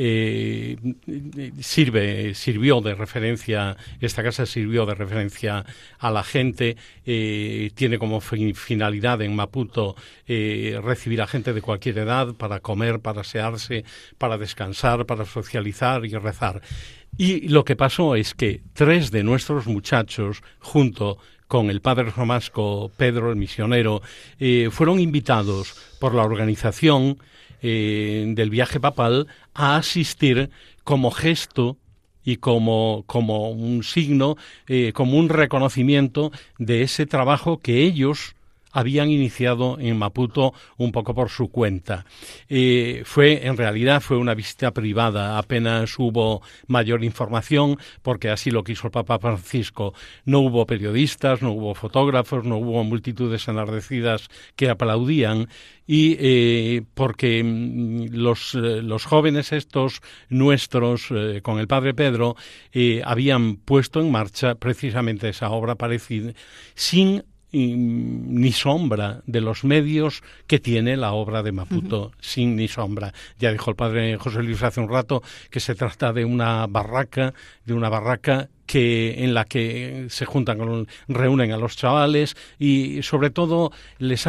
sirvió de referencia, esta casa sirvió de referencia a la gente, tiene como finalidad en Maputo recibir a gente de cualquier edad para comer, para asearse, para descansar, para socializar y rezar. Y lo que pasó es que 3 de nuestros muchachos, junto con el padre romasco Pedro, el misionero, fueron invitados por la organización del viaje papal a asistir como gesto y como un signo, como un reconocimiento de ese trabajo que ellos habían iniciado en Maputo un poco por su cuenta. En realidad fue una visita privada, apenas hubo mayor información, porque así lo quiso el Papa Francisco. No hubo periodistas, no hubo fotógrafos, no hubo multitudes enardecidas que aplaudían, y porque los jóvenes estos nuestros, con el Padre Pedro, habían puesto en marcha precisamente esa obra parecida, sin ni sombra de los medios que tiene la obra de Maputo, sin ni sombra. Ya dijo el padre José Luis hace un rato que se trata de una barraca en la que se reúnen a los chavales y sobre todo les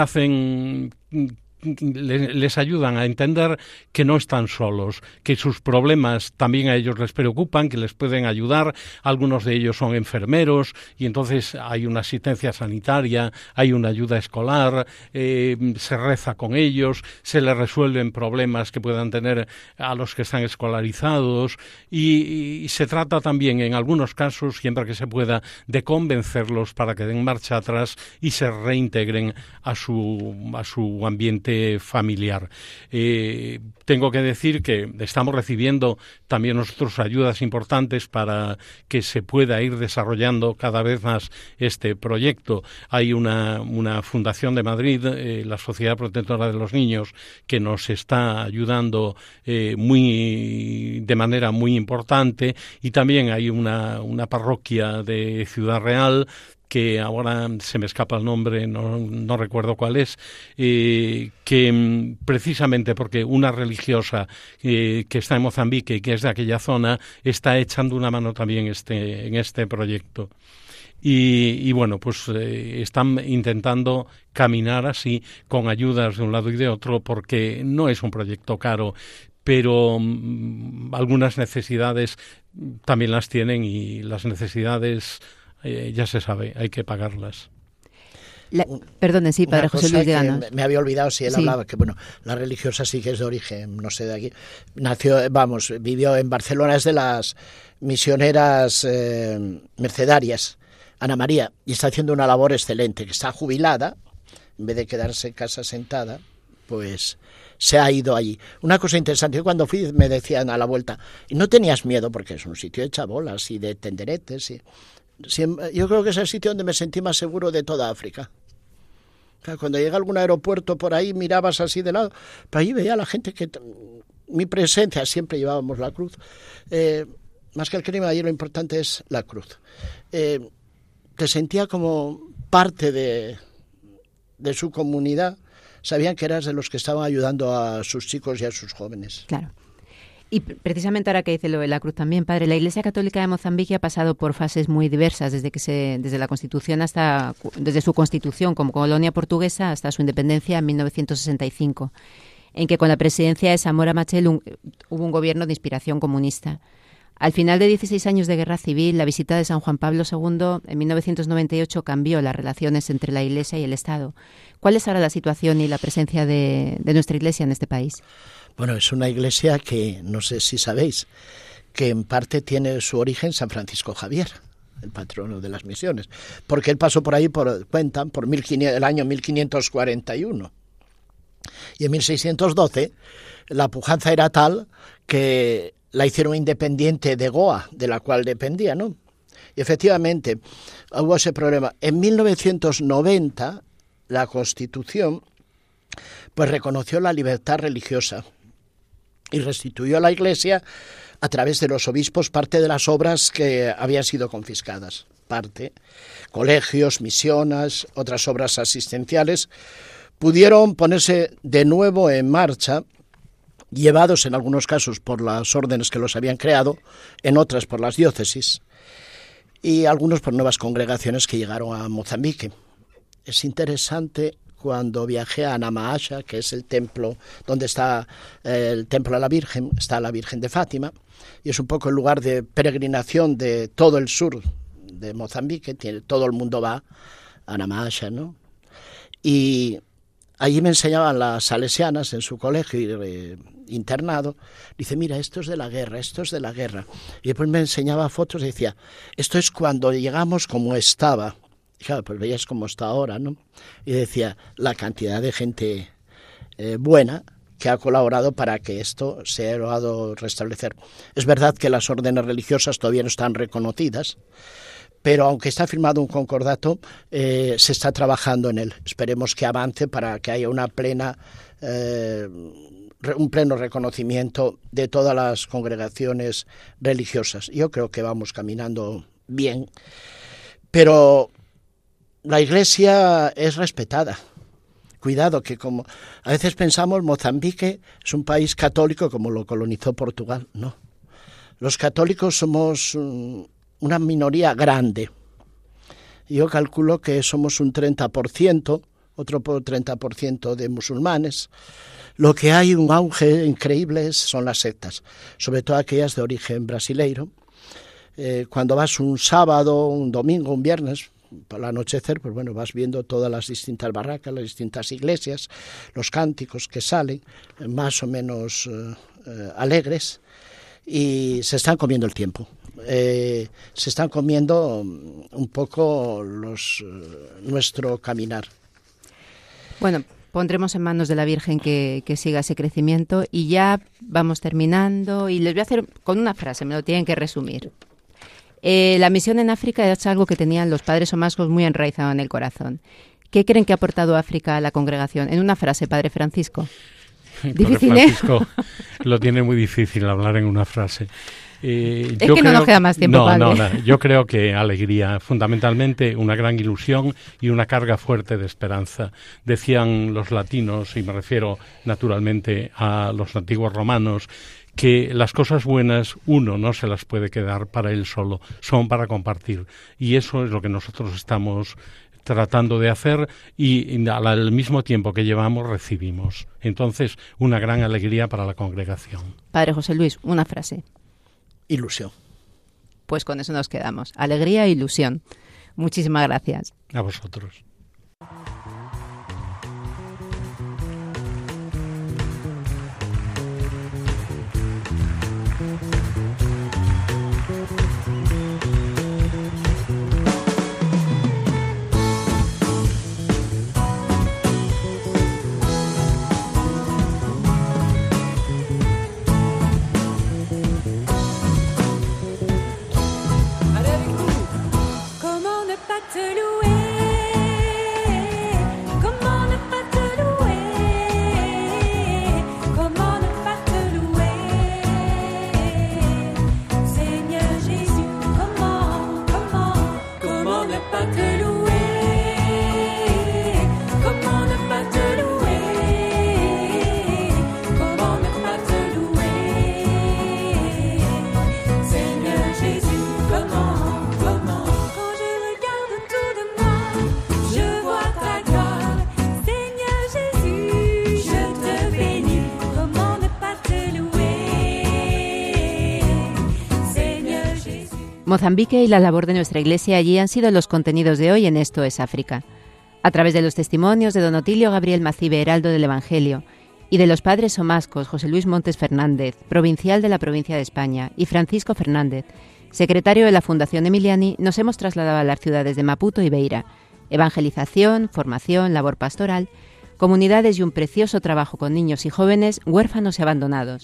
ayudan a entender que no están solos, que sus problemas también a ellos les preocupan, que les pueden ayudar. Algunos de ellos son enfermeros y entonces hay una asistencia sanitaria, hay una ayuda escolar, se reza con ellos, se les resuelven problemas que puedan tener a los que están escolarizados y se trata también en algunos casos, siempre que se pueda, de convencerlos para que den marcha atrás y se reintegren a su ambiente familiar. Tengo que decir que estamos recibiendo también nosotros ayudas importantes para que se pueda ir desarrollando cada vez más este proyecto. Hay una fundación de Madrid, la Sociedad Protectora de los Niños, que nos está ayudando de manera muy importante, y también hay una parroquia de Ciudad Real que ahora se me escapa el nombre, no recuerdo cuál es, que precisamente porque una religiosa que está en Mozambique y que es de aquella zona está echando una mano también en este proyecto. Y bueno, pues están intentando caminar así con ayudas de un lado y de otro, porque no es un proyecto caro, pero algunas necesidades también las tienen, y las necesidades ya se sabe, hay que pagarlas. Perdone, sí, padre José Luis, díganos. Me había olvidado si él hablaba, que bueno, la religiosa sí que es de origen, no sé, de aquí. Vivió en Barcelona, es de las misioneras mercedarias, Ana María, y está haciendo una labor excelente, que está jubilada, en vez de quedarse en casa sentada, pues se ha ido allí. Una cosa interesante, yo cuando fui me decían a la vuelta, ¿y no tenías miedo? Porque es un sitio de chabolas y de tenderetes. Yo creo que es el sitio donde me sentí más seguro de toda África. Cuando llega a algún aeropuerto por ahí, mirabas así de lado, pero allí veía a la gente que... Mi presencia, siempre llevábamos la cruz. Más que el crimen, allí lo importante es la cruz. Te sentía como parte de su comunidad. Sabían que eras de los que estaban ayudando a sus chicos y a sus jóvenes. Claro. Y precisamente ahora que dice lo de la cruz también, padre, la Iglesia Católica de Mozambique ha pasado por fases muy diversas, desde la Constitución desde su constitución como colonia portuguesa hasta su independencia en 1965, en que con la presidencia de Samora Machel hubo un gobierno de inspiración comunista. Al final de 16 años de guerra civil, la visita de San Juan Pablo II en 1998 cambió las relaciones entre la Iglesia y el Estado. ¿Cuál es ahora la situación y la presencia de nuestra Iglesia en este país? Bueno, es una iglesia que, no sé si sabéis, que en parte tiene su origen San Francisco Javier, el patrono de las misiones, porque él pasó por ahí, cuentan, por el año 1541. Y en 1612 la pujanza era tal que la hicieron independiente de Goa, de la cual dependía, ¿no? Y efectivamente hubo ese problema. En 1990 la Constitución pues reconoció la libertad religiosa y restituyó a la Iglesia, a través de los obispos, parte de las obras que habían sido confiscadas. Colegios, misiones, otras obras asistenciales, pudieron ponerse de nuevo en marcha, llevados en algunos casos por las órdenes que los habían creado, en otras por las diócesis, y algunos por nuevas congregaciones que llegaron a Mozambique. Es interesante. Cuando viajé a Namaasha, que es el templo donde está el templo de la Virgen, está la Virgen de Fátima, y es un poco el lugar de peregrinación de todo el sur de Mozambique, todo el mundo va a Namaasha, ¿no? Y allí me enseñaban las salesianas en su colegio internado, dice, mira, esto es de la guerra, esto es de la guerra. Y después me enseñaba fotos y decía, esto es cuando llegamos como estaba. Y claro, pues veías cómo está ahora, ¿no? Y decía la cantidad de gente buena que ha colaborado para que esto se haya logrado restablecer. Es verdad que las órdenes religiosas todavía no están reconocidas, pero aunque está firmado un concordato, se está trabajando en él. Esperemos que avance para que haya un pleno reconocimiento de todas las congregaciones religiosas. Yo creo que vamos caminando bien, pero la Iglesia es respetada. Cuidado, que como a veces pensamos, Mozambique es un país católico como lo colonizó Portugal. No. Los católicos somos una minoría grande. Yo calculo que somos un 30%, otro 30% de musulmanes. Lo que hay un auge increíble son las sectas, sobre todo aquellas de origen brasileiro. Cuando vas un sábado, un domingo, un viernes, al anochecer, pues bueno, vas viendo todas las distintas barracas, las distintas iglesias, los cánticos que salen, más o menos alegres, y se están comiendo el tiempo. Se están comiendo un poco nuestro caminar. Bueno, pondremos en manos de la Virgen que siga ese crecimiento, y ya vamos terminando, y les voy a hacer con una frase, me lo tienen que resumir. La misión en África es algo que tenían los padres omascos muy enraizado en el corazón. ¿Qué creen que ha aportado África a la congregación? En una frase, Padre Francisco. Difícil, Padre Francisco lo tiene muy difícil hablar en una frase. No nos queda más tiempo, padre. No, yo creo que alegría, fundamentalmente una gran ilusión y una carga fuerte de esperanza. Decían los latinos, y me refiero naturalmente a los antiguos romanos, que las cosas buenas uno no se las puede quedar para él solo, son para compartir. Y eso es lo que nosotros estamos tratando de hacer, y al mismo tiempo que llevamos recibimos. Entonces, una gran alegría para la congregación. Padre José Luis, una frase. Ilusión. Pues con eso nos quedamos. Alegría e ilusión. Muchísimas gracias. A vosotros. Mozambique y la labor de nuestra Iglesia allí han sido los contenidos de hoy en Esto es África. A través de los testimonios de don Otilio Gabriel Macibe, heraldo del Evangelio, y de los padres somascos José Luis Montes Fernández, provincial de la provincia de España, y Francisco Fernández, secretario de la Fundación Emiliani, nos hemos trasladado a las ciudades de Maputo y Beira. Evangelización, formación, labor pastoral, comunidades y un precioso trabajo con niños y jóvenes huérfanos y abandonados.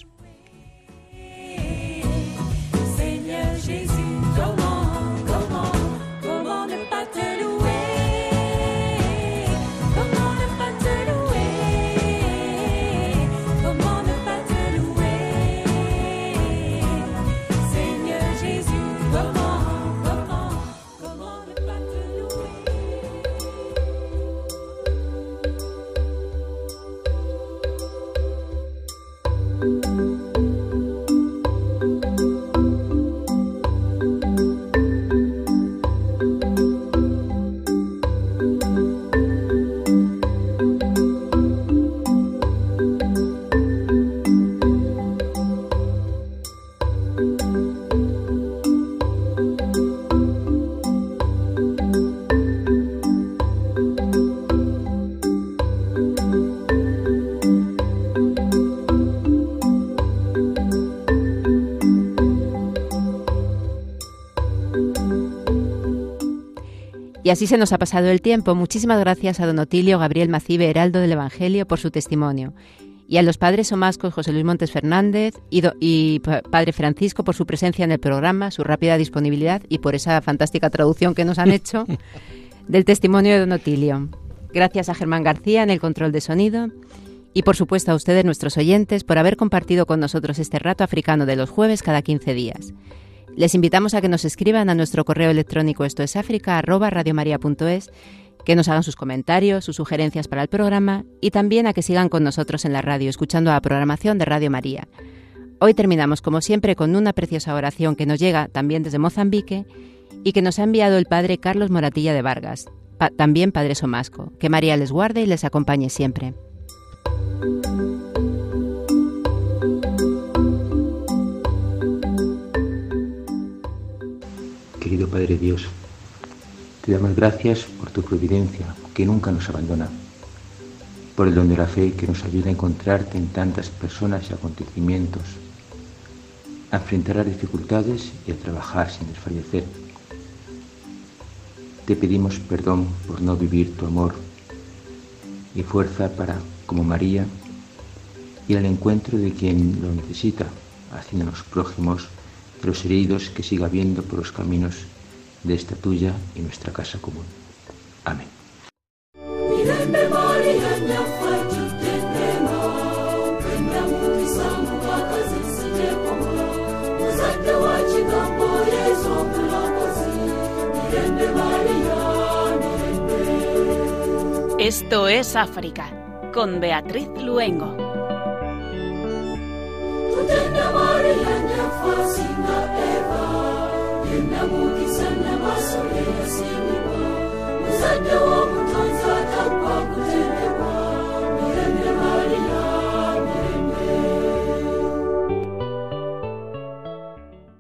Y así se nos ha pasado el tiempo. Muchísimas gracias a don Otilio Gabriel Macibe, heraldo del Evangelio, por su testimonio. Y a los padres somascos José Luis Montes Fernández y padre Francisco por su presencia en el programa, su rápida disponibilidad y por esa fantástica traducción que nos han hecho del testimonio de don Otilio. Gracias a Germán García en el control de sonido. Y por supuesto a ustedes, nuestros oyentes, por haber compartido con nosotros este rato africano de los jueves cada 15 días. Les invitamos a que nos escriban a nuestro correo electrónico estoesafrica@radiomaria.es, que nos hagan sus comentarios, sus sugerencias para el programa y también a que sigan con nosotros en la radio, escuchando la programación de Radio María. Hoy terminamos, como siempre, con una preciosa oración que nos llega también desde Mozambique y que nos ha enviado el padre Carlos Moratilla de Vargas, también padre somasco. Que María les guarde y les acompañe siempre. Querido Padre Dios, te damos gracias por tu providencia, que nunca nos abandona, por el don de la fe que nos ayuda a encontrarte en tantas personas y acontecimientos, a enfrentar las dificultades y a trabajar sin desfallecer. Te pedimos perdón por no vivir tu amor y fuerza para, como María, ir al encuentro de quien lo necesita, haciéndonos prójimos de los heridos que siga viendo por los caminos de esta tuya y nuestra casa común. Amén. Esto es África, con Beatriz Luengo. Eva,